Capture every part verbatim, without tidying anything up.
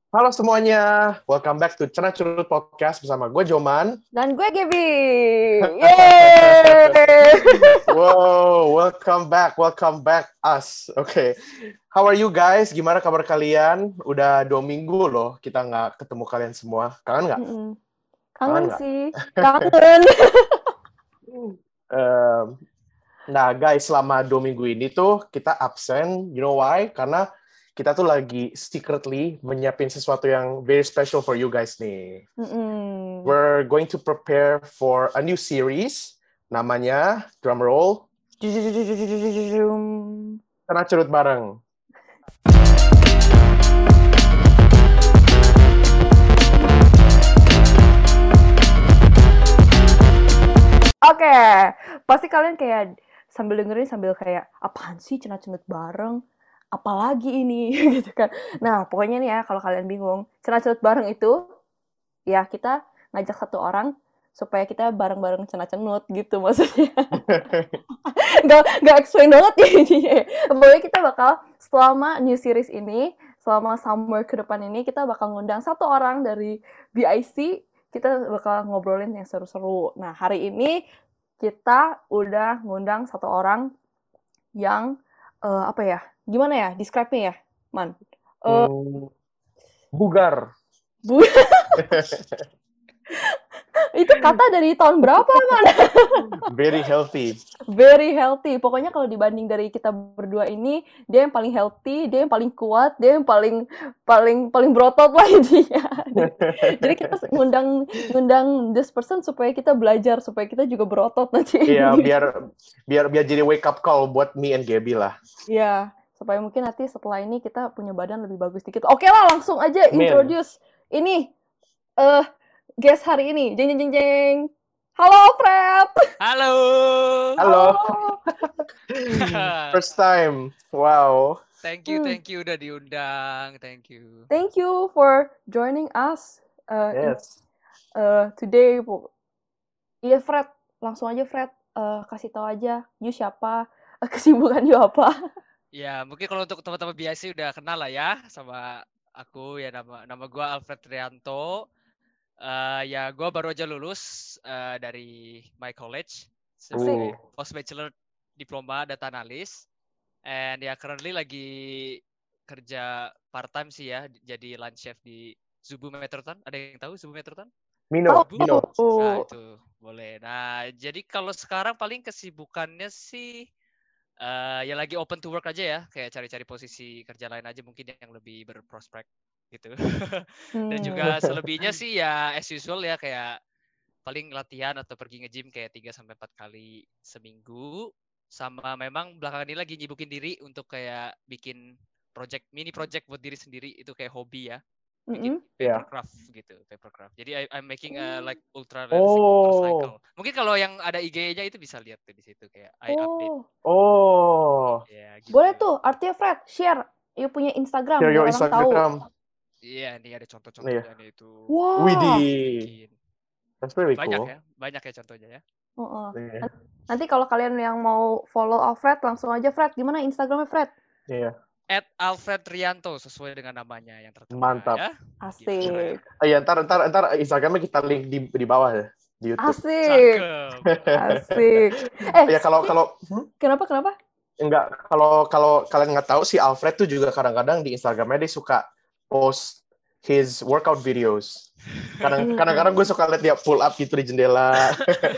Halo semuanya, welcome back to Cenah Curut Podcast bersama gue Joman. Dan gue Gaby. Yeay! Wow, welcome back, welcome back us. Oke, okay. How are you guys? Gimana kabar kalian? Udah dua minggu loh kita nggak ketemu kalian semua. Kangen nggak? Mm-mm. Kangen Kangen nggak? sih. Kangen. Um, nah guys, selama dua minggu ini tuh kita absen. You know why? Karena kita tuh lagi secretly menyiapin sesuatu yang very special for you guys nih. Mm-mm. We're going to prepare for a new series. Namanya, drum roll, Cenah Curut Bareng. Oke, okay. Pasti kalian kayak sambil dengerin sambil kayak apaan sih cenat-cenut bareng? Apalagi ini gitu kan. Nah, pokoknya nih ya kalau kalian bingung, cenat-cenut bareng itu ya kita ngajak satu orang supaya kita bareng-bareng cenat-cenut gitu maksudnya. Gak, gak explain banget ya intinya. Pokoknya kita bakal selama new series ini, selama summer ke depan ini, kita bakal ngundang satu orang dari B I C. Kita bakal ngobrolin yang seru-seru. Nah, hari ini kita udah ngundang satu orang yang, uh, apa ya, gimana ya, describe-nya ya, Man? Uh, hmm, bugar. Bu, itu kata dari tahun berapa, Man? Very healthy. Very healthy. Pokoknya kalau dibanding dari kita berdua ini, dia yang paling healthy, dia yang paling kuat, dia yang paling paling paling berotot lah intinya. Jadi kita ngundang ngundang this person supaya kita belajar, supaya kita juga berotot nanti. Iya, biar biar biar jadi wake up call buat me and Gaby lah. Iya, supaya mungkin nanti setelah ini kita punya badan lebih bagus dikit. Oke lah, langsung aja Amin. introduce ini eh uh, guest hari ini. Jeng jeng jeng jeng. Halo Fred. Halo. Halo. First time. Wow. Thank you, thank you udah diundang. Thank you. Thank you for joining us uh, Yes. in, uh, today. Iya Fred, langsung aja Fred, uh, kasih tahu aja, you siapa, kesibukan you apa? Ya, mungkin kalau untuk teman-teman biasa udah kenal lah ya sama aku ya, nama nama gue Alfred Trianto. Uh, ya gue baru aja lulus uh, dari my college sebagai Uh. post bachelor diploma data analyst, and ya currently lagi kerja part time sih ya, jadi lunch chef di Zubu Metroton. Ada yang tahu Zubu Metroton? Mino, Oh, Mino. Nah itu boleh. Nah jadi kalau sekarang paling kesibukannya sih uh, ya lagi open to work aja ya, kayak cari-cari posisi kerja lain aja mungkin yang lebih berprospek gitu. Dan juga selebihnya sih ya as usual ya, kayak paling latihan atau pergi nge-gym kayak tiga sampai empat kali seminggu, sama memang belakangan ini lagi nyibukin diri untuk kayak bikin project, mini project buat diri sendiri, itu kayak hobi ya, bikin mm-hmm. papercraft yeah. gitu, papercraft. Jadi I, I'm making a like ultra realistic Oh. motorcycle. Mungkin kalau yang ada I G-nya itu bisa lihat tuh di situ kayak I oh. update. Oh. Ya, gitu. Boleh tuh, artinya Fred, share, you punya Instagram Share biar your orang Instagram. tahu. Iya, nih ada contoh-contohnya Nih. nih itu. Wow. Widih. That's very banyak cool. ya, banyak ya contohnya ya. Uh-uh. Yeah. Nanti kalau kalian yang mau follow Alfred, langsung aja Fred. Gimana Instagramnya Fred? Iya. Yeah. At Alfred Rianto sesuai dengan namanya yang tertera. Mantap. Ya. Asik. Gitu. Iya, ntar ntar ntar Instagramnya kita link di di bawah ya di YouTube. Asik. Asik. Eh, ya kalau kalau hmm? kenapa kenapa? Enggak, kalau kalau kalian nggak tahu si Alfred tuh juga kadang-kadang di Instagramnya dia suka post his workout videos. Kadang kadang-kadang gue suka lihat dia pull up gitu di jendela.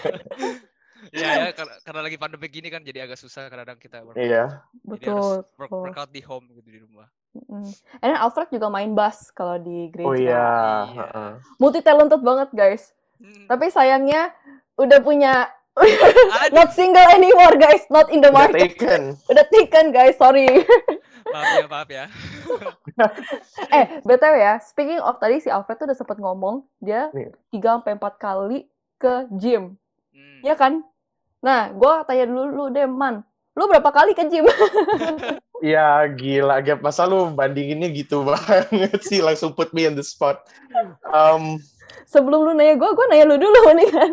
Iya ya, karena lagi pandemi gini kan jadi agak susah kadang-kadang kita workout. Iya. Jadi harus work, workout di home gitu di rumah. Mm. And Alfred juga main bass kalau di gereja. Oh iya. iya. Uh-uh. Multi talented banget guys. Hmm. Tapi sayangnya udah punya not single anymore guys, not in the market. Udah taken. Udah taken guys, sorry. Maaf ya, maaf ya. eh, B T W ya, speaking of tadi si Alfred tuh udah sempet ngomong dia tiga sampai empat kali ke gym. Hmm. Ya kan? Nah, gue tanya dulu lu deh, Man. Lu berapa kali ke gym? Ya gila, Gap. Masa lu bandinginnya gitu banget sih, langsung put me on the spot. Um, Sebelum lu nanya gue, gue nanya lu dulu nih kan.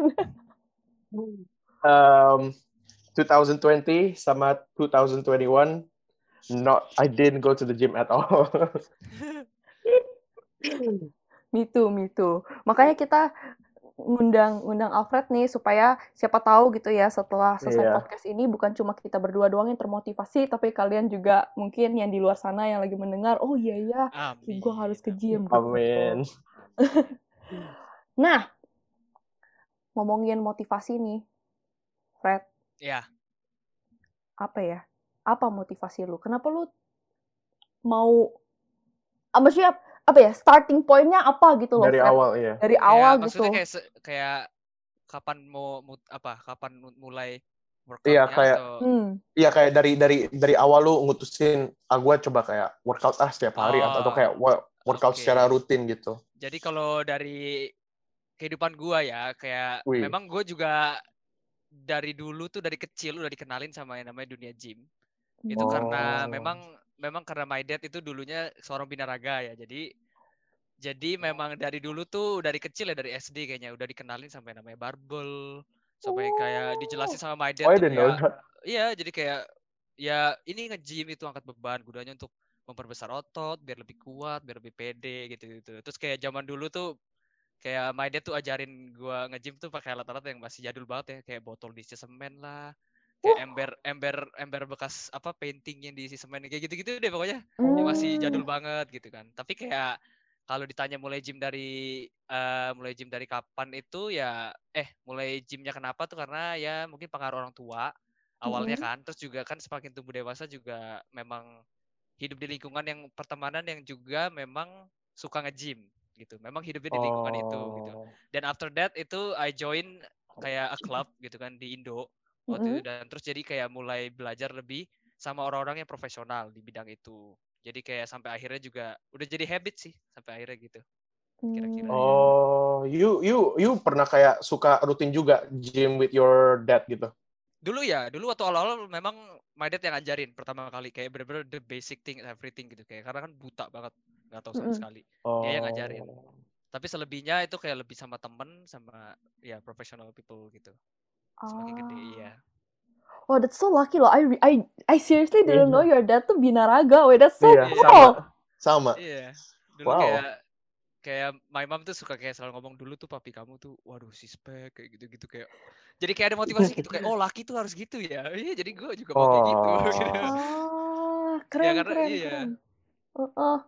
um, twenty twenty sama twenty twenty-one, not, I didn't go to the gym at all. Me too, me too. Makanya kita ngundang ngundang Alfred nih supaya siapa tahu gitu ya setelah selesai Iya. podcast ini bukan cuma kita berdua doang yang termotivasi tapi kalian juga mungkin yang di luar sana yang lagi mendengar oh iya ya Amin. gue harus ke gym gitu. Amin. Nah, ngomongin motivasi nih, Fred. Ya. Apa ya? Apa motivasi lu? Kenapa lu mau ah, maksudnya apa ya? Starting point-nya apa gitu loh, Dari Fred? awal iya. Dari Kayak awal maksudnya gitu. kayak se- kayak kapan mau mut, apa? Kapan mu- mulai Iya workoutnya kayak atau Hmm. iya kayak dari dari dari awal lu ngutusin ah gue coba kayak workout ah setiap hari atau, atau oh, kayak wo- workout oke. secara rutin gitu. Jadi kalau dari kehidupan gua ya, kayak Wih. memang gua juga dari dulu tuh dari kecil udah dikenalin sama yang namanya dunia gym. Itu karena Oh. memang memang karena my dad itu dulunya seorang binaraga ya. Jadi jadi memang dari dulu tuh dari kecil ya dari S D kayaknya udah dikenalin sampai namanya barbell, sampai kayak dijelasin sama my Oh, dad I tuh didn't know kayak that. iya jadi kayak ya ini nge-gym itu angkat beban gunanya untuk memperbesar otot biar lebih kuat, biar lebih pede gitu-gitu. Terus kayak zaman dulu tuh kayak my dad tuh ajarin gua nge-gym tuh pakai alat-alat yang masih jadul banget ya, kayak botol diisi semen lah, kayak ember ember ember bekas apa painting yang diisi semen kayak gitu-gitu deh pokoknya. Yang masih jadul Hmm. banget gitu kan. Tapi kayak kalau ditanya mulai gym dari eh, mulai gym dari kapan itu ya eh mulai gymnya kenapa tuh karena ya mungkin pengaruh orang tua awalnya Mm-mm. kan. Terus juga kan semakin tumbuh dewasa juga memang hidup di lingkungan yang pertemanan yang juga memang suka nge-gym gitu. Memang hidupnya di lingkungan itu gitu. Oh. Dan after that itu I join kayak a club gitu kan di Indo waktu itu Mm-mm. dan terus jadi kayak mulai belajar lebih sama orang-orang yang profesional di bidang itu. Jadi kayak sampai akhirnya juga udah jadi habit sih sampai akhirnya gitu. Kira-kira ya. Hmm. Oh, you you you pernah kayak suka rutin juga gym with your dad gitu? Dulu ya, dulu waktu awal-awal memang my dad yang ngajarin pertama kali kayak bener-bener the basic thing everything gitu kayak karena kan buta banget nggak tahu sama Mm-mm. sekali. Dia yang ngajarin. Oh. Tapi selebihnya itu kayak lebih sama temen sama ya professional people gitu. Semakin gede Ah. iya. Wow, that's so lucky loh. I re- I I seriously didn't know Iya. your dad tuh binaraga. Wait, that's so Iya, Iya. cool. sama. Sama. Iya. Dulu Wow. kayak kayak my mom tuh suka kayak selalu ngomong dulu tuh papi kamu tuh waduh sispek kayak gitu-gitu kayak jadi kayak ada motivasi gitu kayak oh laki tuh harus gitu ya. Iya, jadi gue juga mau kayak gitu gitu. Oh. Ah, Ya keren karena keren iya. keren. Uh-uh.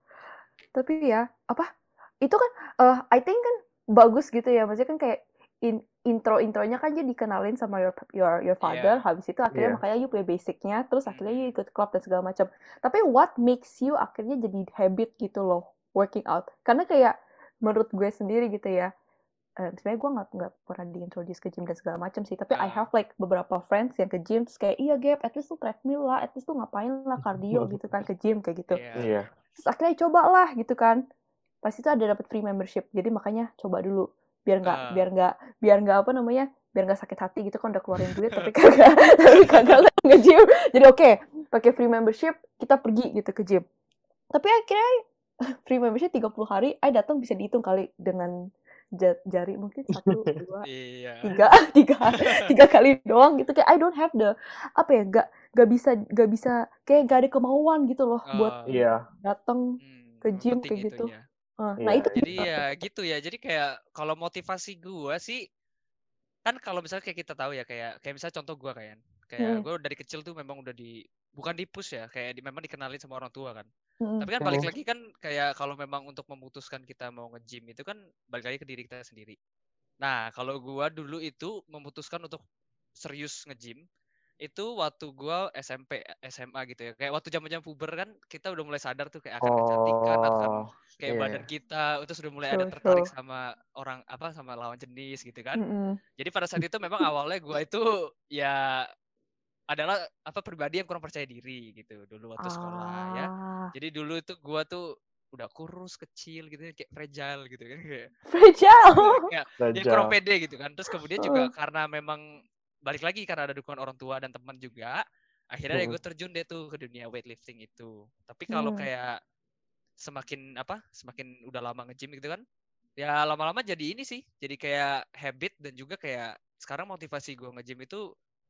Tapi ya, apa? Itu kan eh I think kan bagus gitu ya. Maksudnya kan kayak in, intro-intronya kan jadi dikenalin sama your your your father. Iya. Habis itu akhirnya Iya. makanya you play basicnya, terus akhirnya you Hmm. ikut klub dan segala macam. Tapi what makes you akhirnya jadi habit gitu loh, working out? Karena kayak menurut gue sendiri gitu ya. Eh, sebenarnya gue nggak nggak pernah diintroduce ke gym dan segala macam sih. Tapi I Ah. have like beberapa friends yang ke gym, terus kayak iya Gap, at least tuh treadmill lah, at least tuh ngapain lah cardio gitu kan ke gym kayak gitu. Iya. Iya. Terus akhirnya coba lah gitu kan. Pas itu ada dapat free membership, jadi makanya coba dulu biar nggak Ah. biar nggak biar nggak apa namanya biar nggak sakit hati gitu kan udah keluarin duit tapi kagak tapi kagak nge gym. Jadi oke okay, pakai free membership kita pergi gitu ke gym. Tapi akhirnya free membership tiga puluh hari, I datang bisa dihitung kali dengan jari mungkin satu dua Iya. tiga tiga tiga kali doang gitu kayak I don't have the apa ya gak gak bisa gak bisa kayak gak ada kemauan gitu loh buat Oh. Iya. datang Hmm, ke memang gym penting kayak itu gitu. ya. Uh, Iya. nah itu Jadi ya gitu ya. Jadi kayak kalau motivasi gua sih kan kalau misalnya kayak kita tahu ya kayak kayak misalnya contoh gua kayak kayak hmm, gua dari kecil tuh memang udah di bukan di push ya kayak di, memang dikenalin sama orang tua kan. hmm, Tapi kan balik lagi kan kayak kalau memang untuk memutuskan kita mau nge-gym itu kan balik lagi ke diri kita sendiri. Nah, kalau gua dulu itu memutuskan untuk serius nge-gym itu waktu gua S M P, S M A gitu ya. Kayak waktu zaman-zaman puber kan kita udah mulai sadar tuh kayak akan kecantikan, akan Oh. kayak Iya. badan kita, itu sudah mulai ada true tertarik true. sama orang apa sama lawan jenis gitu kan. Mm-mm. Jadi pada saat itu memang awalnya gua itu ya adalah apa pribadi yang kurang percaya diri gitu dulu waktu sekolah ya. Ah, Jadi dulu itu gua tuh udah kurus kecil gitu kayak fragile gitu kan kayak fragile. ya, ya kurang Rajal. pede gitu kan. Terus kemudian Uh, juga karena memang balik lagi karena ada dukungan orang tua dan teman juga, akhirnya ya Mm-mm. gue terjun deh tuh ke dunia weightlifting itu. Tapi kalau hmm. kayak semakin apa, semakin udah lama nge-gym gitu kan, ya lama-lama jadi ini sih, jadi kayak habit dan juga kayak sekarang motivasi gue nge-gym itu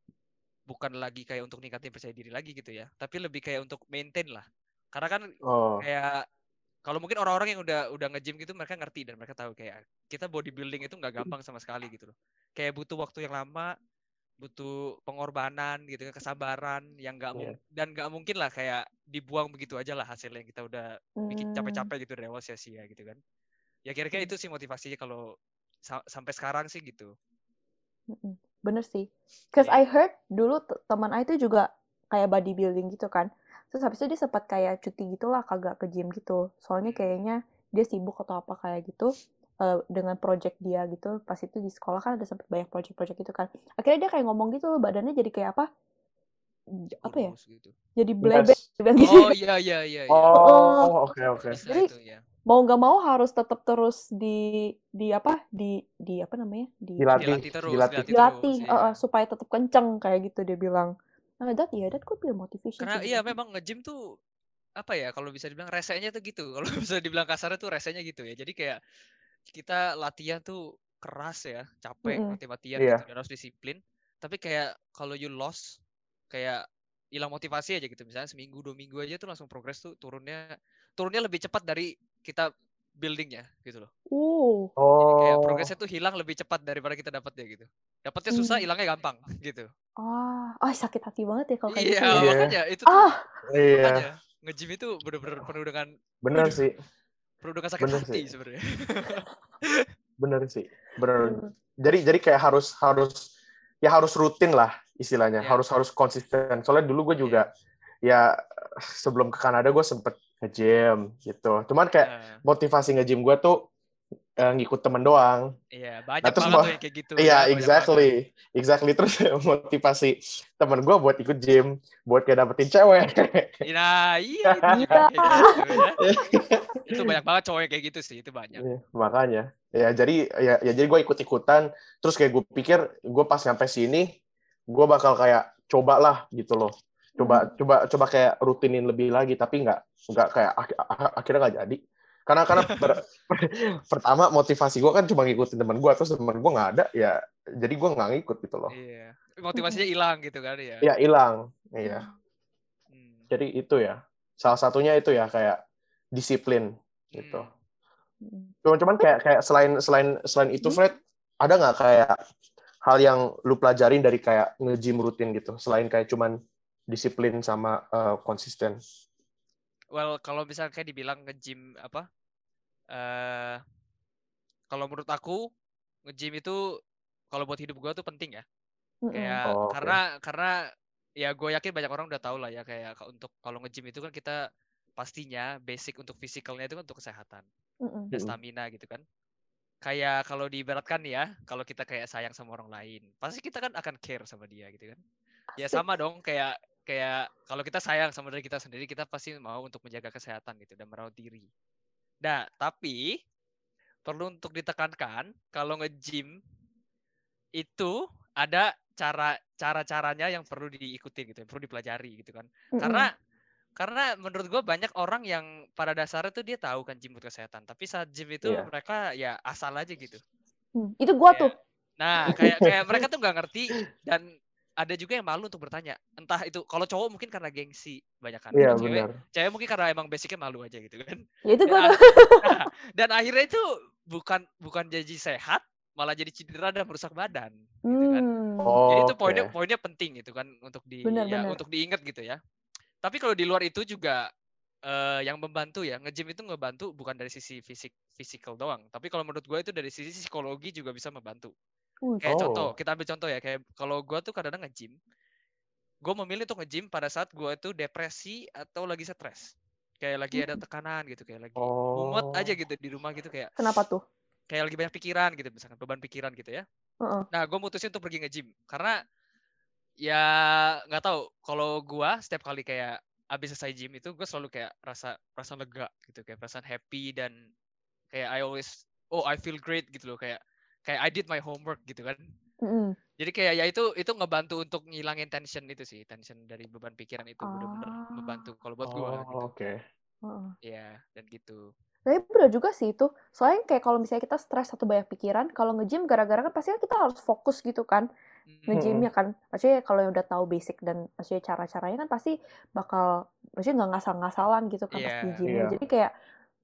bukan lagi kayak untuk ningkatin percaya diri lagi gitu ya, tapi lebih kayak untuk maintain lah. Karena kan Oh. kayak kalau mungkin orang-orang yang udah udah nge-gym gitu mereka ngerti dan mereka tahu kayak kita bodybuilding itu nggak gampang sama sekali gitu loh. Kayak butuh waktu yang lama, butuh pengorbanan gitu kan, kesabaran yang nggak Iya. mungkin dan nggak mungkin lah kayak dibuang begitu aja lah hasilnya yang kita udah bikin Hmm. capek-capek gitu dari awal sia-sia gitu kan. Ya kira-kira Hmm. itu sih motivasinya kalau sa- sampai sekarang sih gitu. Mm-mm. Bener sih. Cause I Iya. heard dulu t- teman I itu juga kayak bodybuilding gitu kan. Terus habis itu dia sempat kayak cuti gitulah, kagak ke gym gitu. Soalnya Hmm. kayaknya dia sibuk atau apa kayak gitu eh, dengan project dia gitu. Pas itu di sekolah kan ada sempat banyak project-project gitu kan. Akhirnya dia kayak ngomong gitu, badannya jadi kayak apa? J- Apa ya? Kurus gitu. Jadi blebek. Yes. Dia bilang gitu. Oh iya iya iya iya. Heeh. Oh, oke oke. Bisa Jadi itu ya. mau nggak mau harus tetap terus di di apa di di apa namanya di Dilatih, Dilatih terus, dilatih. dilatih terus. dilatih Iya. uh, supaya tetap kenceng kayak gitu dia bilang. Nah, that ya, that could be a motivation Karena sih. iya memang nge-gym tuh apa ya kalau bisa dibilang resenya tuh gitu. Kalau bisa dibilang kasarnya tuh resenya gitu ya. Jadi kayak kita latihan tuh keras ya, capek, Mm-mm. mati-matian gitu Iya. dan harus disiplin. Tapi kayak kalau you lost kayak hilang motivasi aja gitu. Misalnya seminggu dua minggu aja tuh langsung progres tuh turunnya turunnya lebih cepat dari kita buildingnya gitu loh. Uh. Jadi kayak Oh, progresnya tuh hilang lebih cepat daripada kita dapatnya gitu. Dapatnya susah, Hmm. hilangnya gampang gitu. Ah, ah sakit hati banget ya kalau kayak Iya, gitu ya. iya, makanya itu tuh Ah, iya. makanya nge-gym itu bener-bener penuh dengan Bener aduh, sih, penuh dengan sakit bener hati sih, sebenarnya. bener sih, bener. Hmm. Jadi jadi kayak harus harus ya harus rutin lah istilahnya, Iya, harus harus konsisten. Soalnya dulu gue iya. juga ya sebelum ke Kanada gue sempet nge-gym gitu. Cuman kayak Nah, motivasi nge-gym gue tuh eh, ngikut temen doang. iya, Nah banyak terus banget mau, tuh yang kayak gitu ya, iya banyak banget. exactly, exactly terus motivasi temen gue buat ikut gym, buat kayak dapetin cewek. Nah, iya itu juga Iya. kayak gitu ya. Itu banyak banget cowok yang kayak gitu sih, itu banyak. Iya, makanya ya jadi ya, ya jadi gue ikut ikutan terus kayak gue pikir gue pas nyampe sini gue bakal kayak coba lah gitu loh, coba Hmm. coba coba kayak rutinin lebih lagi tapi nggak nggak kayak ak- ak- akhirnya nggak jadi karena karena per- pertama motivasi gue kan cuma ngikutin teman gue terus teman gue nggak ada ya jadi gue nggak ngikut gitu loh, Iya, motivasinya hilang gitu kan ya. ya hilang iya Hmm. jadi itu ya salah satunya itu ya kayak disiplin gitu. Hmm. Cuman cuman kayak kayak selain selain selain itu Hmm? Fred ada nggak kayak hal yang lu pelajarin dari kayak nge-gym rutin gitu selain kayak cuman disiplin sama uh, konsisten? Well, kalau misalnya kayak dibilang nge-gym apa? Eh, kalau menurut aku nge-gym itu kalau buat hidup gua tuh penting ya. Mm-mm. Kayak Oh, oke. karena karena ya gue yakin banyak orang udah tahu lah ya kayak ka- untuk kalau nge-gym itu kan kita pastinya basic untuk fisikalnya itu kan untuk kesehatan Mm-mm. dan stamina gitu kan. Kayak kalau diibaratkan nih ya, kalau kita kayak sayang sama orang lain, pasti kita kan akan care sama dia gitu kan. Ya Asik. sama dong kayak kayak kalau kita sayang sama diri kita sendiri, kita pasti mau untuk menjaga kesehatan gitu dan merawat diri. Nah, tapi perlu untuk ditekankan kalau nge-gym itu ada cara cara-caranya yang perlu diikuti gitu, yang perlu dipelajari gitu kan. Mm-mm. Karena karena menurut gue banyak orang yang pada dasarnya tuh dia tahu kan gym buat kesehatan, tapi saat gym itu Iya. mereka ya asal aja gitu. Hmm. Itu gua tuh. Kayak, nah kayak kayak mereka tuh nggak ngerti dan ada juga yang malu untuk bertanya. Entah itu kalau cowok mungkin karena gengsi banyak kan. Iya Kalau cewek, benar. cewek mungkin karena emang basicnya malu aja gitu kan. Ya itu Dan, gua tuh. ah- nah, dan akhirnya itu bukan bukan jadi sehat, malah jadi cedera dan merusak badan gitu kan. Hmm. Jadi itu Oke. poinnya poinnya penting gitu kan untuk di ya Benar-benar. untuk diingat gitu ya. Tapi kalau di luar itu juga eh, yang membantu ya, nge-gym itu ngebantu bukan dari sisi fisik physical doang, tapi kalau menurut gue itu dari sisi psikologi juga bisa membantu. Wih. Kayak Oh. contoh, kita ambil contoh ya, kayak kalau gue tuh kadang-kadang nge-gym, gue memilih untuk nge-gym pada saat gue itu depresi atau lagi stres. Kayak lagi ada tekanan gitu, kayak lagi mumet Oh. aja gitu di rumah gitu kayak Kenapa tuh? kayak lagi banyak pikiran gitu misalkan, beban pikiran gitu ya. Heeh. Nah, gue mutusin untuk pergi nge-gym karena ya nggak tahu kalau gue setiap kali kayak abis selesai gym itu gue selalu kayak rasa rasa lega gitu, kayak perasaan happy dan kayak I always oh I feel great gitu loh, kayak kayak I did my homework gitu kan. Mm-mm. Jadi kayak ya itu itu ngebantu untuk ngilangin tension itu sih, tension dari beban pikiran itu bener-bener Ah. membantu kalau buat gue Oh, gitu. oke. Heeh. Ya dan gitu. Tapi bener juga sih itu. Soalnya kayak kalau misalnya kita stres atau banyak pikiran, kalau nge-gym gara-gara kan pasti kan kita harus fokus gitu kan. Hmm. Nge-gymnya kan. Maksudnya kalau yang udah tahu basic dan maksudnya cara-caranya kan pasti bakal, maksudnya nggak ngasal-ngasalan gitu kan pas di Iya. gymnya. Iya. Jadi kayak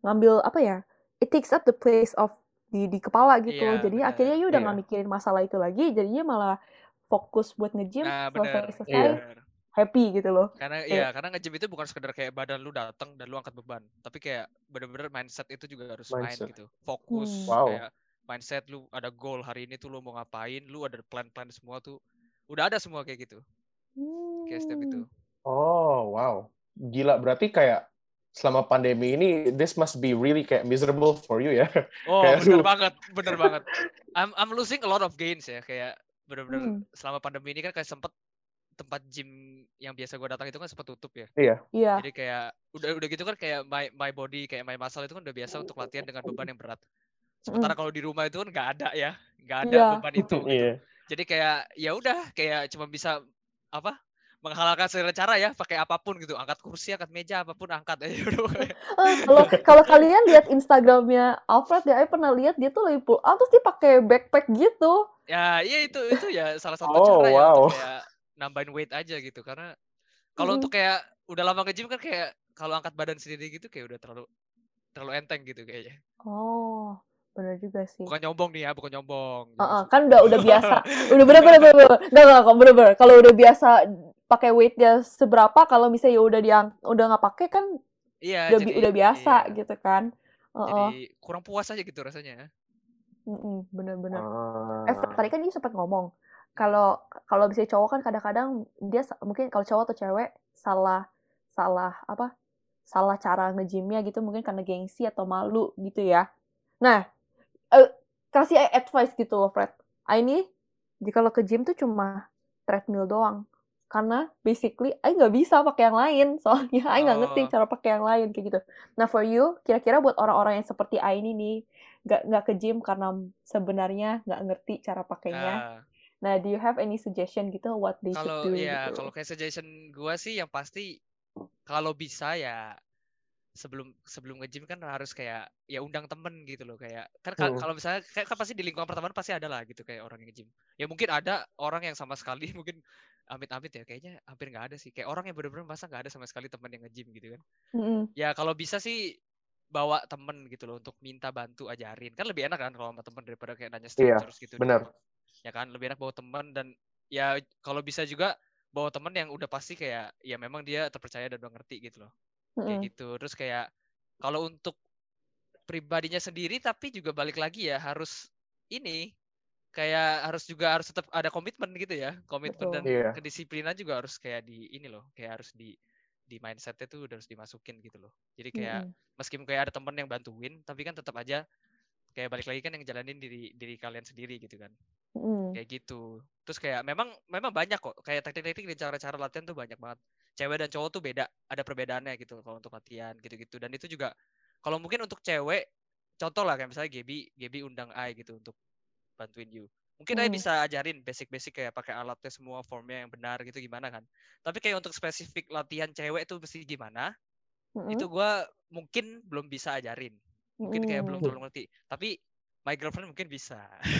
ngambil apa ya? It takes up the place of di di kepala gitu. Iya, Jadinya benar. akhirnya ya udah nggak Iya. mikirin masalah itu lagi, jadinya malah fokus buat nge-gym, Nah, benar. selesai-selesai Iya. Benar. happy gitu loh. Karena Kayak ya, karena nge-gym itu bukan sekedar kayak badan lu datang dan lu angkat beban, tapi kayak bener-bener mindset itu juga harus main Mindset. gitu. Fokus hmm. Wow. kayak mindset lu ada goal hari ini tuh lu mau ngapain, lu ada plan-plan semua tuh. Udah ada semua kayak gitu. Kayak step itu. Hmm. Oh, wow. Gila, berarti kayak selama pandemi ini this must be really kayak miserable for you ya. Oh, Kayak bener lu banget, bener banget. I'm I'm losing a lot of gains ya, kayak bener-bener Hmm. selama pandemi ini kan kayak sempet tempat gym yang biasa gue datang itu kan sempat tutup ya. iya. Iya. Jadi kayak udah udah gitu kan kayak my my body kayak my muscle itu kan udah biasa untuk latihan dengan beban yang berat. Sementara kalau di rumah itu kan nggak ada ya, nggak ada Iya. beban itu gitu. Iya. Jadi kayak ya udah kayak cuma bisa apa menghalalkan segala cara ya, pakai apapun gitu, angkat kursi, angkat meja, apapun angkat aja udah. Eh, kalau kalau kalian lihat Instagramnya Alfred ya, saya pernah lihat dia tuh lagi pull up terus dia pakai backpack gitu. Ya, iya itu itu ya salah satu Oh, cara ya wow. untuk kayak nambahin weight aja gitu. Karena kalau Mm-mm. untuk kayak udah lama nge-gym kan kayak kalau angkat badan sendiri gitu kayak udah terlalu terlalu enteng gitu kayaknya. Oh, benar juga sih. Bukan nyombong nih ya, bukan nyombong. Uh-uh, Jangan su- kan udah udah biasa, udah bener bener bener bener, nggak nggak kok bener bener. Kalau udah biasa pakai weightnya seberapa, kalau misalnya udah diang udah nggak pakai kan Iya, udah jadi bi- udah biasa iya. gitu kan. Jadi Uh-uh. kurang puas aja gitu rasanya. Mm-mm, bener-bener. Ah. Eh, Fred, tadi kan dia sempat ngomong kalau kalau bisa cowok kan kadang-kadang dia sa- mungkin kalau cowok atau cewek salah salah apa salah cara nge-gymnya gitu mungkin karena gengsi atau malu gitu ya. Nah, eh, kasih advice gitu loh Fred. Ah, ini jika lo ke gym tuh cuma treadmill doang. Karena basically I nggak bisa pakai yang lain. Soalnya I nggak ngerti Oh, cara pakai yang lain kayak gitu. Nah for you, kira-kira buat orang-orang yang seperti I ini nih, nggak nggak ke gym karena sebenarnya nggak ngerti cara pakainya. ah. Nah, do you have any suggestion gitu what they should Kalau do ya gitu? kalau kayak suggestion gua sih yang pasti kalau bisa ya sebelum sebelum nge-gym kan harus kayak ya undang temen gitu loh kayak kan ka- Hmm. kalau misalnya kayak kan pasti di lingkungan pertemanan pasti ada lah gitu kayak orang yang nge-gym. Ya mungkin ada orang yang sama sekali mungkin amit-amit ya kayaknya hampir nggak ada sih kayak orang yang bener-bener masa nggak ada sama sekali teman yang nge-gym gitu kan. Mm-mm. Ya kalau bisa sih bawa temen gitu loh untuk minta bantu ajarin kan lebih enak kan kalau sama temen daripada kayak nanya Iya, strangers gitu di benar. rumah. Ya kan lebih enak bawa temen dan ya kalau bisa juga bawa temen yang udah pasti kayak ya memang dia terpercaya dan udah ngerti gitu loh kayak Mm-mm. gitu terus kayak kalau untuk pribadinya sendiri tapi juga balik lagi ya harus ini kayak harus juga harus tetap ada komitmen gitu ya komitmen Betul. dan Iya. kedisiplinan juga harus kayak di ini loh kayak harus di di mindsetnya tuh udah harus dimasukin gitu loh jadi kayak Mm-mm. meskipun kayak ada temen yang bantuin tapi kan tetap aja kayak balik lagi kan yang jalanin diri diri kalian sendiri gitu kan Mm-mm. kayak gitu terus kayak memang memang banyak kok kayak teknik-teknik dan cara-cara latihan tuh banyak banget cewek dan cowok tuh beda ada perbedaannya gitu kalau untuk latihan gitu-gitu dan itu juga kalau mungkin untuk cewek contoh lah kayak misalnya Gaby Gaby undang Ai gitu untuk bantuin you mungkin Ai Mm. bisa ajarin basic-basic kayak pakai alatnya semua formnya yang benar gitu gimana kan tapi kayak untuk spesifik latihan cewek tuh mesti gimana Mm-mm. itu gue mungkin belum bisa ajarin mungkin kayak belum Mm. terlalu ngerti tapi my girlfriend mungkin bisa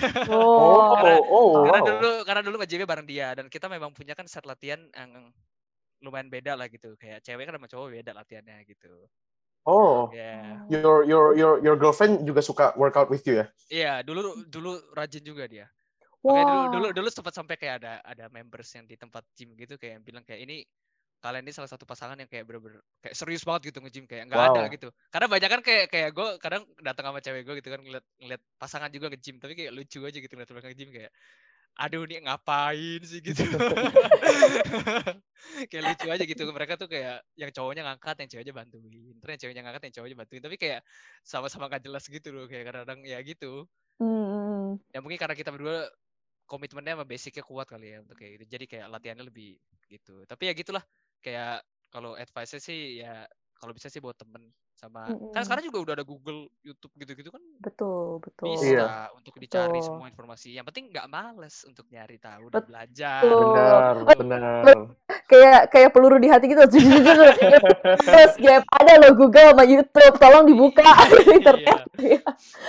Oh. karena Oh, karena wow. dulu karena dulu nge-gym bareng dia dan kita memang punya kan set latihan yang lumayan beda lah gitu kayak cewek kan sama cowok beda latihannya gitu Oh, ya yeah. your your your your girlfriend juga suka workout with you ya? Iya yeah, dulu dulu rajin juga dia makanya dulu dulu Wah. dulu sempat sampai kayak ada ada members yang di tempat gym gitu kayak yang bilang kayak ini kalian ini salah satu pasangan yang kayak bener-bener kayak serius banget gitu nge-gym kayak nggak Wow. ada gitu karena banyak kan kayak kayak gue kadang datang sama cewek gue gitu kan ngeliat ngeliat pasangan juga nge-gym tapi kayak lucu aja gitu ngeliat mereka nge-gym kayak aduh nih ngapain sih gitu kayak lucu aja gitu mereka tuh kayak yang cowoknya ngangkat yang ceweknya bantuin terus yang ceweknya ngangkat yang cowoknya bantuin tapi kayak sama-sama gak jelas gitu loh kayak kadang-kadang ya gitu Mm-mm. ya mungkin karena kita berdua komitmennya sama basicnya kuat kali ya untuk kayak gitu jadi kayak latihannya lebih gitu tapi ya gitulah kayak kalau advice sih ya kalau bisa sih buat temen sama Mm-mm. kan sekarang juga udah ada Google, YouTube gitu-gitu kan Betul, betul. bisa Iya. untuk dicari Betul. semua informasi yang penting nggak males untuk nyari tahu dan Betul. belajar Benar, Oh, benar. kayak kayak peluru di hati gitu. Terus gap ada loh Google sama YouTube, tolong dibuka internet. Iya.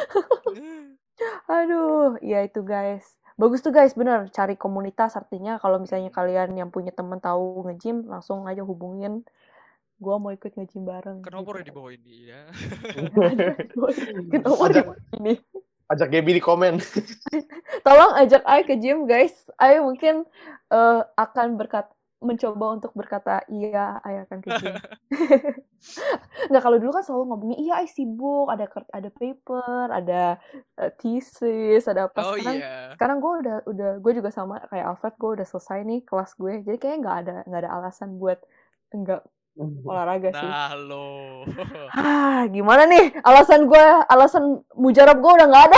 Aduh, ya itu guys. Bagus tuh guys, bener. Cari komunitas artinya kalau misalnya Hmm. kalian yang punya teman tahu nge-gym, langsung aja hubungin. gue mau ikut nge-gym bareng. Kenapa gitu. udah dibawain dia? Kenapa Ajak, ini? ajak Gaby di komen. Tolong ajak Ai ke gym guys. Ai mungkin uh, akan berkata mencoba untuk berkata iya, Ai akan ke gym. Nggak, kalau dulu kan selalu ngomongnya iya Ai sibuk, ada ada paper, ada uh, thesis, ada apa. Oh Sekarang iya. sekarang gue udah udah gue juga sama kayak Alfred, gue udah selesai nih kelas gue. Jadi kayaknya nggak ada nggak ada alasan buat enggak olahraga sih. Nah lo. Ah, gimana nih? Alasan gue, alasan mujarab gue udah nggak ada.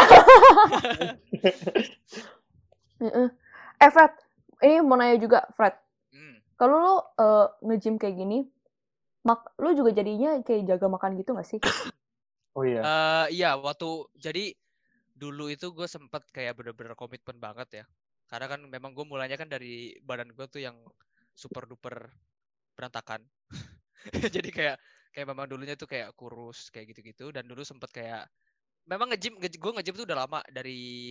Heeh. Eh Fred, ini mau nanya juga Fred. Hmm. Kalau lo uh, nge-gym kayak gini, mak lo juga jadinya kayak jaga makan gitu nggak sih? Oh iya. Uh, iya, waktu jadi dulu itu gue sempet kayak bener-bener komitmen banget ya. Karena kan memang gue mulanya kan dari badan gue tuh yang super duper berantakan. Jadi kayak kayak memang dulunya tuh kayak kurus kayak gitu-gitu, dan dulu sempet kayak memang nge-gym, nge gue nge-gym tuh udah lama dari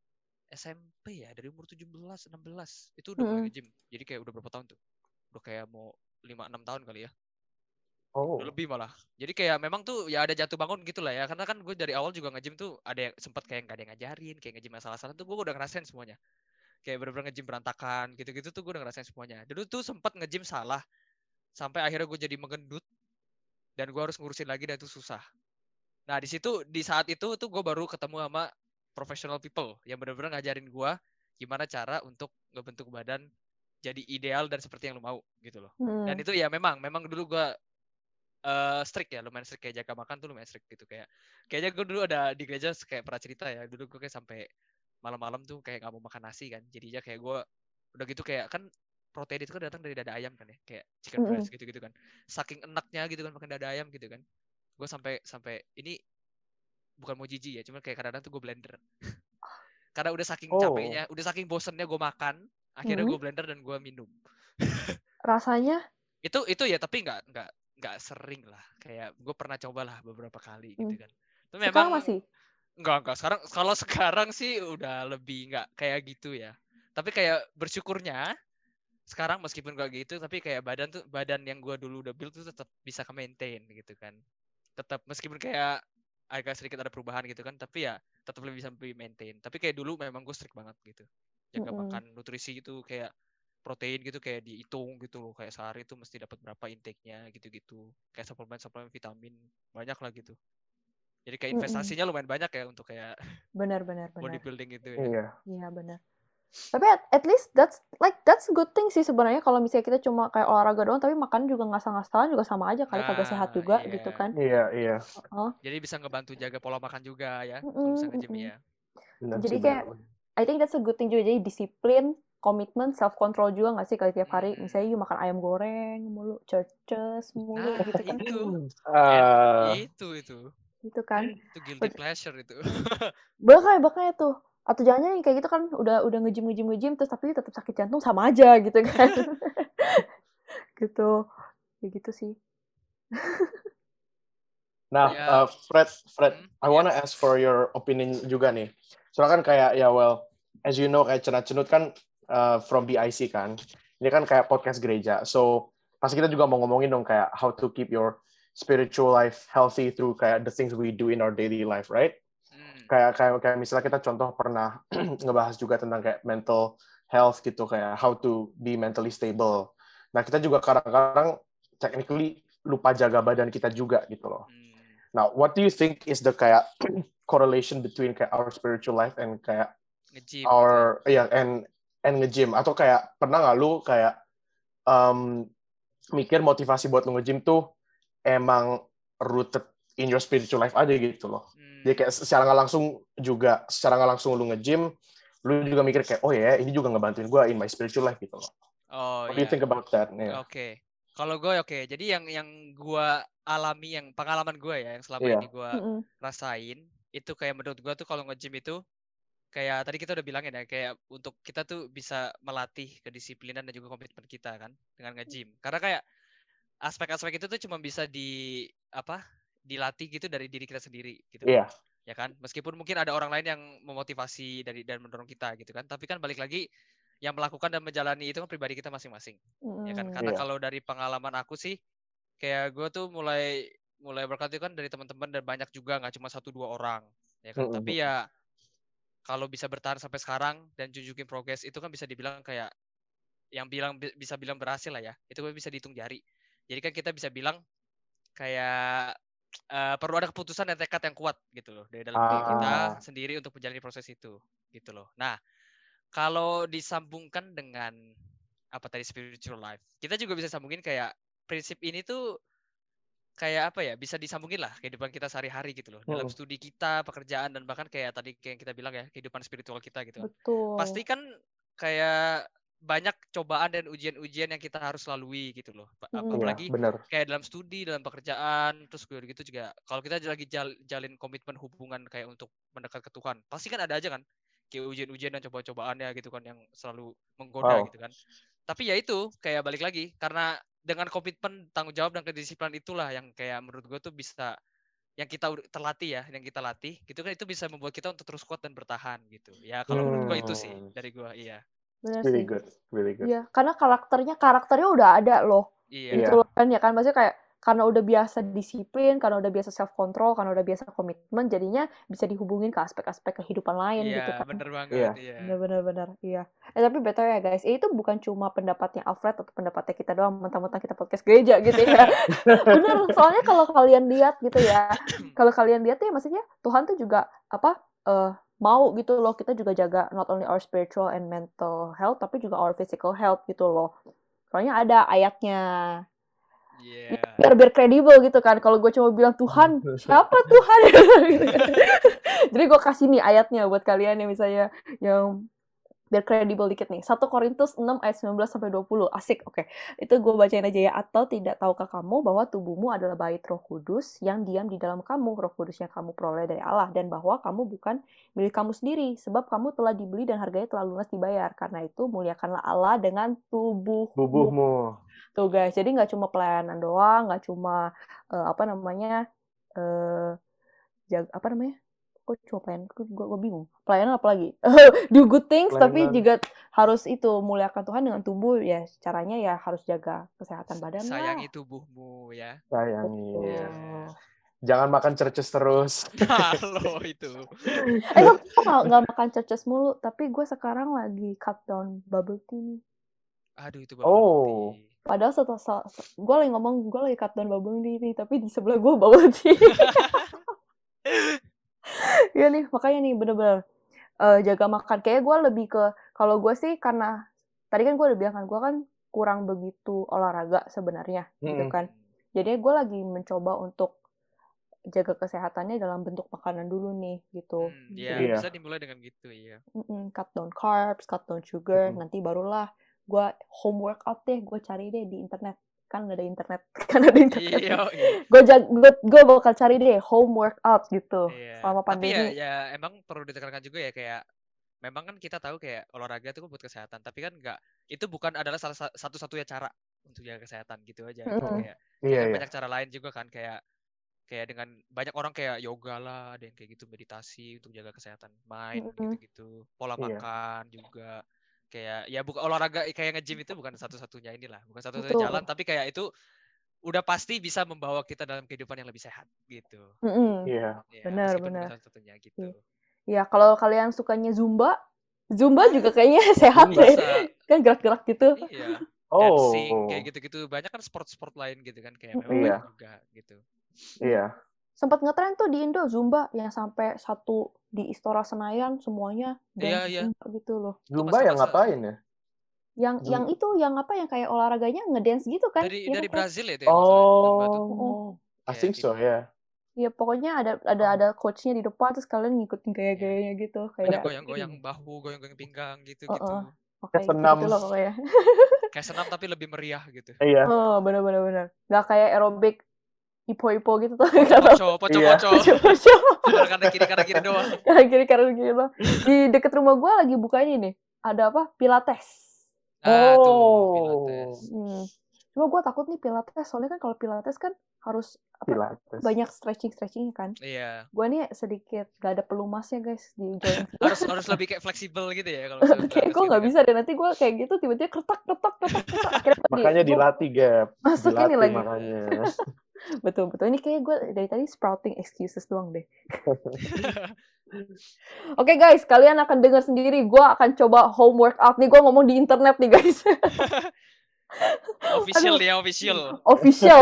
S M P ya, dari umur tujuh belas enam belas itu udah mulai Mm-mm. nge-gym. Jadi kayak udah berapa tahun tuh? Udah kayak mau lima enam tahun kali ya. Oh. Udah lebih malah. Jadi kayak memang tuh ya ada jatuh bangun gitu lah ya. Karena kan gue dari awal juga nge-gym tuh ada yang sempat kayak nggak ada yang ngajarin, kayak nge-gym salah-salah tuh gue udah ngerasain semuanya. Kayak bener-bener nge-gym berantakan gitu-gitu tuh gue udah ngerasain semuanya. Dulu tuh sempat nge-gym salah sampai akhirnya gue jadi mengendut dan gue harus ngurusin lagi dan itu susah. Nah di situ di saat itu tuh gue baru ketemu sama professional people yang bener-bener ngajarin gue gimana cara untuk ngebentuk badan jadi ideal dan seperti yang lu mau gitu loh. Hmm. Dan itu ya memang memang dulu gue uh, strict ya, lumayan strict, kayak jaga makan tuh lumayan strict gitu. Kayak kayaknya gue dulu ada di gereja kayak pernah cerita ya, dulu gue kayak sampai malam-malam tuh kayak nggak mau makan nasi kan, jadinya kayak gue udah gitu kayak kan protein itu kan datang dari dada ayam kan ya, kayak chicken Mm-mm. breast gitu-gitu kan, saking enaknya gitu kan makan dada ayam gitu kan, gue sampai sampai ini bukan mau jijik ya, cuman kayak kadang-kadang tuh gue blender karena udah saking Oh. capeknya, udah saking bosennya gue makan, akhirnya Mm-mm. gue blender dan gue minum. Rasanya? itu itu ya tapi nggak nggak nggak sering lah, kayak gue pernah cobalah beberapa kali gitu Mm. kan. Itu Sekarang memang masih? nggak nggak sekarang, kalau sekarang sih udah lebih nggak kayak gitu ya, tapi kayak bersyukurnya sekarang meskipun gak gitu tapi kayak badan tuh badan yang gue dulu udah build tuh tetap bisa ke maintain gitu kan, tetap meskipun kayak agak sedikit ada perubahan gitu kan, tapi ya tetap lebih bisa lebih maintain. Tapi kayak dulu memang gue strict banget gitu, jaga Mm-mm. makan nutrisi gitu, kayak protein gitu kayak dihitung gitu loh, kayak sehari tuh mesti dapat berapa intake-nya gitu-gitu, kayak suplemen-suplemen vitamin banyak lah gitu. Jadi kayak Mm-mm. investasinya lumayan banyak ya untuk kayak Benar-benar benar. bodybuilding gitu ya. Iya. Iya benar. Tapi at, at least that's like that's a good thing sih sebenarnya, kalau misalnya kita cuma kayak olahraga doang tapi makan juga ngasal-ngasalan juga sama aja kali, kagak sehat Nah, juga iya. gitu kan. Iya, iya. Oh. Jadi bisa ngebantu jaga pola makan juga ya, kalau Mm-mm, bisa nge-gym mm-mm. ya. Benar Jadi sih, kayak benar. I think that's a good thing juga, jadi disiplin, komitmen, self control juga nggak sih kayak tiap hari Hmm. misalnya you makan ayam goreng mulu, churches mulu Nah, gitu kan. itu. Uh, And itu itu. Gitu kan. Itu guilty pleasure itu. Bakal bakal itu. Atau jangan yang kayak gitu kan udah udah nge-gym nge-gym nge-gym terus tapi tetap sakit jantung sama aja gitu kan. Gitu. Kayak gitu sih. Nah, Ya. uh, Fred, Fred, Hmm, I wanna ask for your opinion juga nih. Soalnya kan kayak ya well, as you know kayak Cenat-Cenut kan uh, from B I C kan. Ini kan kayak podcast gereja. So pasti kita juga mau ngomongin dong kayak how to keep your spiritual life healthy through kayak the things we do in our daily life, right? hmm. Kayak kayak kayak misalnya kita contoh pernah ngebahas juga tentang kayak mental health gitu, kayak how to be mentally stable. Nah, kita juga kadang-kadang technically lupa jaga badan kita juga gitu loh. Hmm. Now, what do you think is the kayak correlation between kayak our spiritual life and kayak Nge-gym our gitu ya. ya yeah, and and nge-gym, atau kayak pernah nggak lu kayak um, mikir motivasi buat lu nge-gym tuh emang rooted in your spiritual life aja gitu loh. Hmm. Jadi kayak secara nggak langsung juga, secara nggak langsung lu nge-gym, lu juga mikir kayak, oh ya, yeah, ini juga ngebantuin gue in my spiritual life gitu loh. Oh What do you iya. think about that? Yeah. Oke. Okay. Kalau gue oke. Okay. Jadi yang yang gue alami, yang pengalaman gue ya, yang selama Yeah. ini gue Mm-mm. rasain, itu kayak menurut gue tuh kalau nge-gym itu, kayak tadi kita udah bilangin ya, kayak untuk kita tuh bisa melatih kedisiplinan dan juga komitmen kita kan dengan nge-gym. Karena kayak aspek-aspek itu tuh cuma bisa di apa? dilatih gitu dari diri kita sendiri gitu. Iya. Ya kan? Meskipun mungkin ada orang lain yang memotivasi dari dan mendorong kita gitu kan. Tapi kan balik lagi yang melakukan dan menjalani itu kan pribadi kita masing-masing. Mm-mm. Ya kan? Karena Iya. kalau dari pengalaman aku sih kayak gue tuh mulai mulai berkat itu kan dari teman-teman dan banyak juga, nggak cuma satu dua orang, ya kan. Mm-mm. Tapi ya kalau bisa bertahan sampai sekarang dan tunjukin progres itu kan bisa dibilang kayak yang bilang bi- bisa bilang berhasil lah ya. Itu kan bisa dihitung jari. Jadi kan kita bisa bilang kayak eh, perlu ada keputusan dan tekad yang kuat gitu loh dari dalam diri kita Ah, sendiri untuk menjalani proses itu gitu loh. Nah, kalau disambungkan dengan apa tadi spiritual life, kita juga bisa sambungin kayak prinsip ini tuh kayak apa ya, bisa disambungin lah kehidupan kita sehari-hari gitu loh, dalam mm-mm. studi kita, pekerjaan, dan bahkan kayak tadi kayak yang kita bilang ya, kehidupan spiritual kita gitu kan. Betul. Pasti kan kayak banyak cobaan dan ujian-ujian yang kita harus lalui gitu loh. Pa- ap- Mm. Iya, Apalagi benar. kayak dalam studi, dalam pekerjaan, terus gue gitu juga. Kalau kita lagi jal- jalin komitmen hubungan kayak untuk mendekat ke Tuhan, pasti kan ada aja kan kayak ujian-ujian dan coba-cobaannya gitu kan yang selalu menggoda Wow. gitu kan. Tapi ya itu kayak balik lagi karena dengan komitmen, tanggung jawab dan kedisiplinan itulah yang kayak menurut gue tuh bisa yang kita udah terlatih ya, yang kita latih gitu kan, itu bisa membuat kita untuk terus kuat dan bertahan gitu. Ya kalau menurut gue itu sih Hmm. dari gue, iya. Benar Really sih. good, really good. Iya, karena karakternya karakternya udah ada loh. Iya. Gitu Iya. loh kan ya kan, maksudnya kayak karena udah biasa disiplin, karena udah biasa self control, karena udah biasa komitmen, jadinya bisa dihubungin ke aspek-aspek kehidupan lain gitu Iya, kan. bener banget. Iya. Iya. Bener-bener bener, iya. Eh tapi betul ya guys, eh, itu bukan cuma pendapatnya Alfred atau pendapatnya kita doang, mentang-mentang kita podcast gereja gitu ya. Bener, soalnya kalau kalian lihat gitu ya, kalau kalian lihat ya maksudnya Tuhan tuh juga apa eh mau gitu loh, kita juga jaga not only our spiritual and mental health, tapi juga our physical health gitu loh. Soalnya ada ayatnya. Iya. Biar biar kredibel gitu kan. Kalau gue cuma bilang Tuhan, siapa Tuhan? Jadi gue kasih nih ayatnya buat kalian yang misalnya yang biar kredibel dikit nih. satu Korintus enam ayat sembilan belas sampai dua puluh. Asik, oke. Itu gue bacain aja ya. Atau tidak tahukah kamu bahwa tubuhmu adalah bait Roh Kudus yang diam di dalam kamu, Roh Kudus yang kamu peroleh dari Allah, dan bahwa kamu bukan milik kamu sendiri, sebab kamu telah dibeli dan harganya telah lunas dibayar. Karena itu muliakanlah Allah dengan tubuhmu. Tubuhmu. Tuh guys, jadi nggak cuma pelayanan doang, nggak cuma uh, apa namanya uh, jag, apa namanya? Kok cuma pelayanan? Gue gue bingung. Pelayanan apa lagi? Do good things, Pelayanan. tapi juga harus itu muliakan Tuhan dengan tubuh ya. Caranya ya harus jaga kesehatan badan lah. Sayangi tubuhmu ya. Sayangi. Betul. Iya. Jangan makan cerces terus. Halo itu. Eh gue nggak makan cerces mulu, tapi gue sekarang lagi cut down bubble tea nih. Aduh itu bubble Oh. tea. Padahal setelah gue lagi ngomong gue lagi cut down bubble tea nih, tapi di sebelah gue bubble tea. Iya nih, makanya nih bener-bener uh, jaga makan. Kayaknya gue lebih ke, kalau gue sih karena tadi kan gue udah bilang kan gue kan kurang begitu olahraga sebenarnya, hmm. gitu kan. Jadi gue lagi mencoba untuk jaga kesehatannya dalam bentuk makanan dulu nih, gitu. Hmm, ya Iya. bisa dimulai dengan gitu ya. Cut down carbs, cut down sugar, Mm-mm. nanti barulah gue home workout deh, gue cari deh di internet. Kan ada internet, kan ada internet. Iya, iya. Gue gue gue bakal cari deh home workout gitu Iya. selama pandemi. Tapi ya, ya emang perlu ditekankan juga ya kayak memang kan kita tahu kayak olahraga itu buat kesehatan, tapi kan enggak, itu bukan adalah salah satu-satunya cara untuk jaga kesehatan gitu aja. Mm-hmm. Gitu. Kayak, Iya, kayak iya. banyak cara lain juga kan kayak kayak dengan banyak orang kayak yoga lah, ada yang kayak gitu meditasi untuk jaga kesehatan mind Mm-hmm. gitu-gitu, pola Iya. makan juga. Kayak ya bukan olahraga kayak nge-gym itu bukan satu-satunya inilah, bukan satu-satunya Betul. jalan, tapi kayak itu udah pasti bisa membawa kita dalam kehidupan yang lebih sehat gitu. Mm-hmm. Iya. Ya, Benar, meskipun benar. bukan satu-satunya gitu. Ya, kalau kalian sukanya Zumba, Zumba juga kayaknya sehat deh. Kan gerak-gerak gitu. Iya. Oh. Dancing kayak gitu-gitu. Banyak kan sport-sport lain gitu kan kayak memang Iya. banyak juga gitu. Iya. Sempat ngetren tuh di Indo Zumba yang sampai satu di Istora Senayan semuanya dance Iya, iya. Zumba gitu loh. Zumba yang ngapain ya? Yang Zumba. yang itu yang apa yang kayak olahraganya ngedance gitu kan? Dari ya, dari kan? Brazil ya itu ya, Oh. I Kayak think so ya. Ya pokoknya ada ada ada coachnya di depan terus kalian ngikutin gaya-gayanya gitu kayak banyak goyang-goyang bahu, goyang-goyang pinggang gitu-gitu. Uh-uh. Kayak Oke, senam. gitu loh pokoknya. Kayak senam tapi lebih meriah gitu. Iya. Oh, benar-benar benar. Nggak kayak aerobik ipo-ipo gitu tuh. Poco, poco-poco. Poco-poco. Kanan kiri kanan kiri doang. Kanan kiri kanan kiri doang. Di deket rumah gue lagi buka ini nih. Ada apa? Pilates. Ah, oh. tuh, Pilates. Hmm. Cuma gue takut nih Pilates, soalnya kan kalau Pilates kan harus apa, Pilates. banyak stretching-stretchingnya kan. Iya. Gue nih sedikit gak ada pelumasnya guys di joint. harus harus lebih kayak fleksibel gitu ya kalau misalnya Kayak Pilates gue gitu nggak kan. bisa deh, nanti gue kayak gitu tiba-tiba kretak kretak kretak kretak akhirnya gua di- Makanya gua dilatih, Gap. masukin nih Dilatih lagi. makanya. Betul betul, ini kayak gue dari tadi sprouting excuses doang deh. Oke guys, kalian akan dengar sendiri. Gue akan coba home workout nih. Gue ngomong di internet nih guys. Official Aduh. ya, official. Official.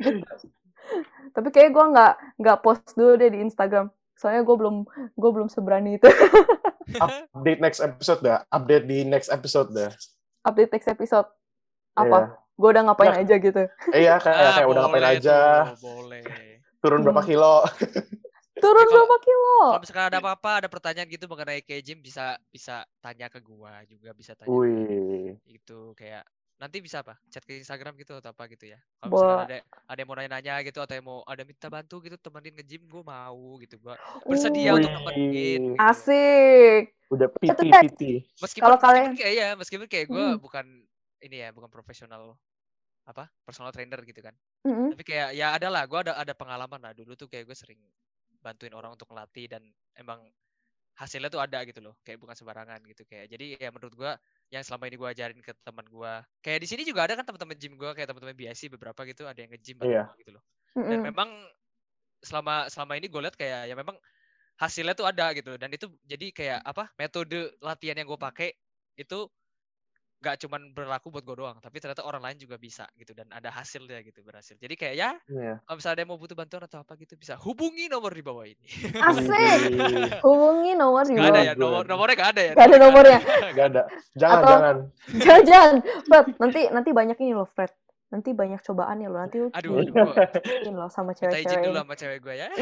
Tapi kayak gue nggak nggak post dulu deh di Instagram. Soalnya gue belum gue belum seberani itu. Update next episode dah. Update di next episode dah. Update next episode. Apa? Iya. Gue udah ngapain Nah, aja gitu. Iya, kayak Ah, kayak udah ngapain boleh aja. tuh, boleh. Turun berapa Hmm. kilo. Turun Ya, kalau- berapa kilo? Kalau misalkan ada apa-apa, ada pertanyaan gitu mengenai kayak gym, bisa bisa tanya ke gua juga, bisa tanya ke Wih. itu kayak nanti bisa apa? Chat ke Instagram gitu atau apa gitu ya. Kalau Bo- misalkan ada ada yang mau nanya-nanya gitu atau yang mau ada minta bantu gitu temenin nge-gym, gua mau gitu. Gua bersedia Uh, untuk nemenin gitu. Asik. Udah Itu piti guys. piti. Meskipun Kalau meskipun kalian- kayak ya, meskipun kayak gua Mm. bukan ini ya, bukan profesional apa? Personal trainer gitu kan. Mm-mm. Tapi kayak ya ada lah, gua ada ada pengalaman lah dulu tuh kayak gue sering bantuin orang untuk ngelatih dan emang hasilnya tuh ada gitu loh, kayak bukan sembarangan gitu kayak. Jadi ya menurut gua yang selama ini gua ajarin ke teman gua, kayak di sini juga ada kan teman-teman gym gua, kayak teman-teman B I C beberapa gitu, ada yang nge-gym bareng Iya. gua gitu loh. Dan Mm-mm. memang selama selama ini gue lihat kayak ya memang hasilnya tuh ada gitu, dan itu jadi kayak apa, metode latihan yang gue pakai itu gak cuman berlaku buat gue doang, tapi ternyata orang lain juga bisa gitu, dan ada hasilnya gitu, berhasil. Jadi kayak ya Iya. kalau misalnya ada yang mau butuh bantuan atau apa gitu, bisa hubungi nomor di bawah ini. Asik. Wih. Hubungi nomor di Gak ada bawah. ya, Good. nomor nomornya gak ada ya. Gak ada nomornya. Gak ada. Jangan Atau- jangan. Jangan, Fred. Nanti nanti banyak ini loh, Fred. Nanti banyak cobaan ya lo. Nanti lu Aduh, aduh, gua diin loh sama minta izin cewek-cewek. dulu ini. sama cewek gue ya.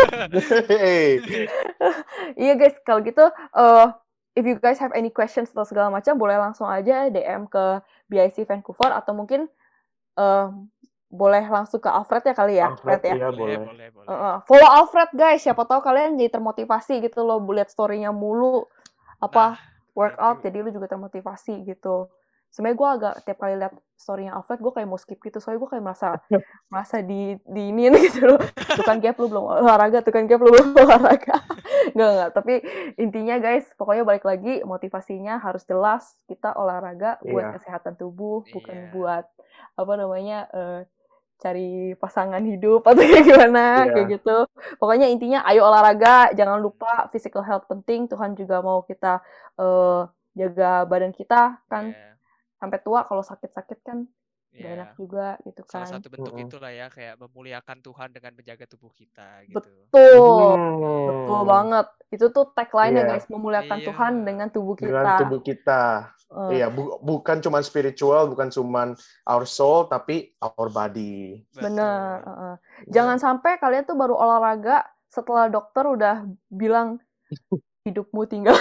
Hey. Iya guys, kalau gitu, uh, if you guys have any questions atau segala macam, boleh langsung aja D M ke B I C Vancouver atau mungkin uh, boleh langsung ke Alfred ya kali ya, Alfred, Fred ya. iya, boleh, boleh. boleh, boleh. Uh, uh. Follow Alfred guys, siapa tahu kalian jadi termotivasi gitu loh, lihat story-nya mulu apa Nah, workout, thank jadi you. lu juga termotivasi gitu. Sebenarnya gue agak tiap kali lihat story-nya Alfred, gue kayak mau skip gitu, soalnya gue kayak merasa merasa di diinin gitu loh. Tuh kan Gap, lu belum olahraga, tuh kan Gap, lu belum olahraga. Enggak, enggak, tapi intinya guys, pokoknya balik lagi, motivasinya harus jelas, kita olahraga buat Iya. kesehatan tubuh, bukan Iya. buat apa namanya eh, cari pasangan hidup atau kayak gimana, Iya. kayak gitu. Pokoknya intinya ayo olahraga, jangan lupa physical health penting. Tuhan juga mau kita eh, jaga badan kita kan, Iya, sampai tua. Kalau sakit-sakit kan gak iya. enak juga gitu Salah kan. satu bentuk Mm-mm. itulah ya, kayak memuliakan Tuhan dengan menjaga tubuh kita gitu. Betul, Hmm. betul banget. Itu tuh tagline-nya Iya. guys, memuliakan Iya. Tuhan dengan tubuh Dengan kita. tubuh kita. Eh, Iya, bu- bukan cuma spiritual, bukan cuma our soul, tapi our body. bener. Betul. eh. Jangan sampai kalian tuh baru olahraga setelah dokter udah bilang hidupmu tinggal.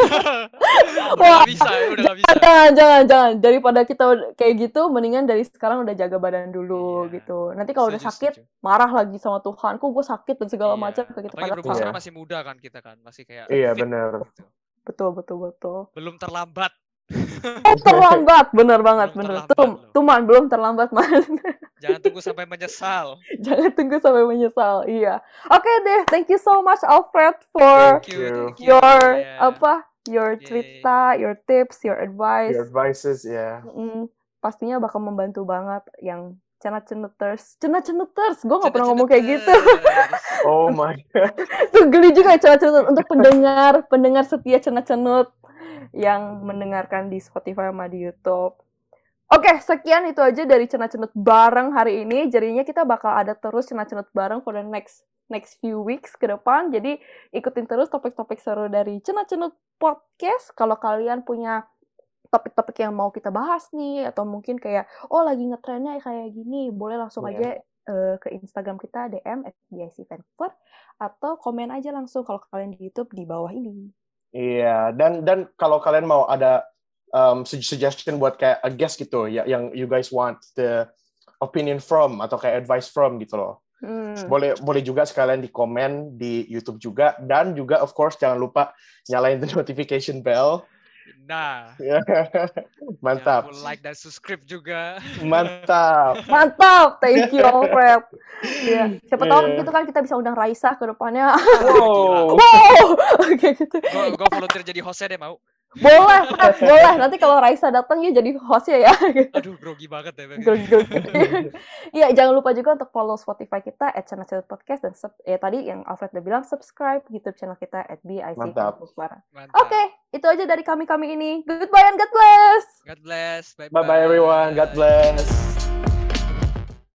Udah gak bisa, udah gak bisa. Jangan, jangan, jangan. Daripada kita ud- kayak gitu, mendingan dari sekarang udah jaga badan dulu Iya. gitu. Nanti kalau udah Setuju, sakit, setuju. marah lagi sama Tuhan. Kok gue sakit dan segala Iya. macam kayak gitu. Apalagi Padahal berhubung salah. sekarang Iya. masih muda kan kita kan, masih kayak Iya, fit benar. gitu. Betul, betul, betul. Belum terlambat. Eh, terlambat, bener banget, Belum bener. terlambat Tuh, loh. tuman belum terlambat man. Jangan tunggu sampai menyesal. Jangan tunggu sampai menyesal. Iya. Oke deh, thank you so much Alfred for Thank you, you. thank you. your Iya. apa? Your Yay. cerita, your tips, your advice. Your advices, ya. Mm, pastinya bakal membantu banget yang cenat-cenuters. Cenat-cenuters, gue gak pernah ngomong kayak gitu. Cenut-cenuters. Oh my God. Tuh geli juga ya cenat-cenut untuk pendengar, pendengar setia cenat-cenut yang mendengarkan di Spotify sama di YouTube. Oke, sekian itu aja dari cenat-cenut bareng hari ini. Jadinya kita bakal ada terus cenat-cenut bareng for the next next few weeks ke depan. Jadi ikutin terus topik-topik seru dari cenat-cenut podcast. Kalau kalian punya topik-topik yang mau kita bahas nih, atau mungkin kayak, oh lagi ngetrennya kayak gini, boleh langsung Iya. aja uh, ke Instagram kita, D M at B I C Vancouver, atau komen aja langsung kalau kalian di YouTube di bawah ini. Iya, dan dan kalau kalian mau ada um, suggestion buat kayak a guest gitu, ya, yang you guys want the opinion from atau kayak advice from gitu loh. Hmm. Boleh boleh juga sekalian di komen di YouTube juga, dan juga of course jangan lupa nyalain the notification bell Nah, Ya. jangan Mantap. lupa like dan subscribe juga. Mantap. Mantap, thank you Alfred. Ya, siapa tahu Iya. gitu kan kita bisa undang Raisa ke depannya. Gila. Wow. Wow, kayak gitu. Gue gue volunteer jadi hostnya deh mau. Boleh, Fred, boleh. Nanti kalau Raisa datang ya jadi hostnya ya. Aduh, grogi banget ya. Bang. Grogi, grogi. Iya, jangan lupa juga untuk follow Spotify kita at Channel Channel Podcast dan sub, ya tadi yang Alfred udah bilang subscribe YouTube channel kita at B I C Mantap. Facebook Suara. Mantap. Oke, itu aja dari kami kami ini. Goodbye and God bless. God bless. Bye Bye bye everyone. God bless.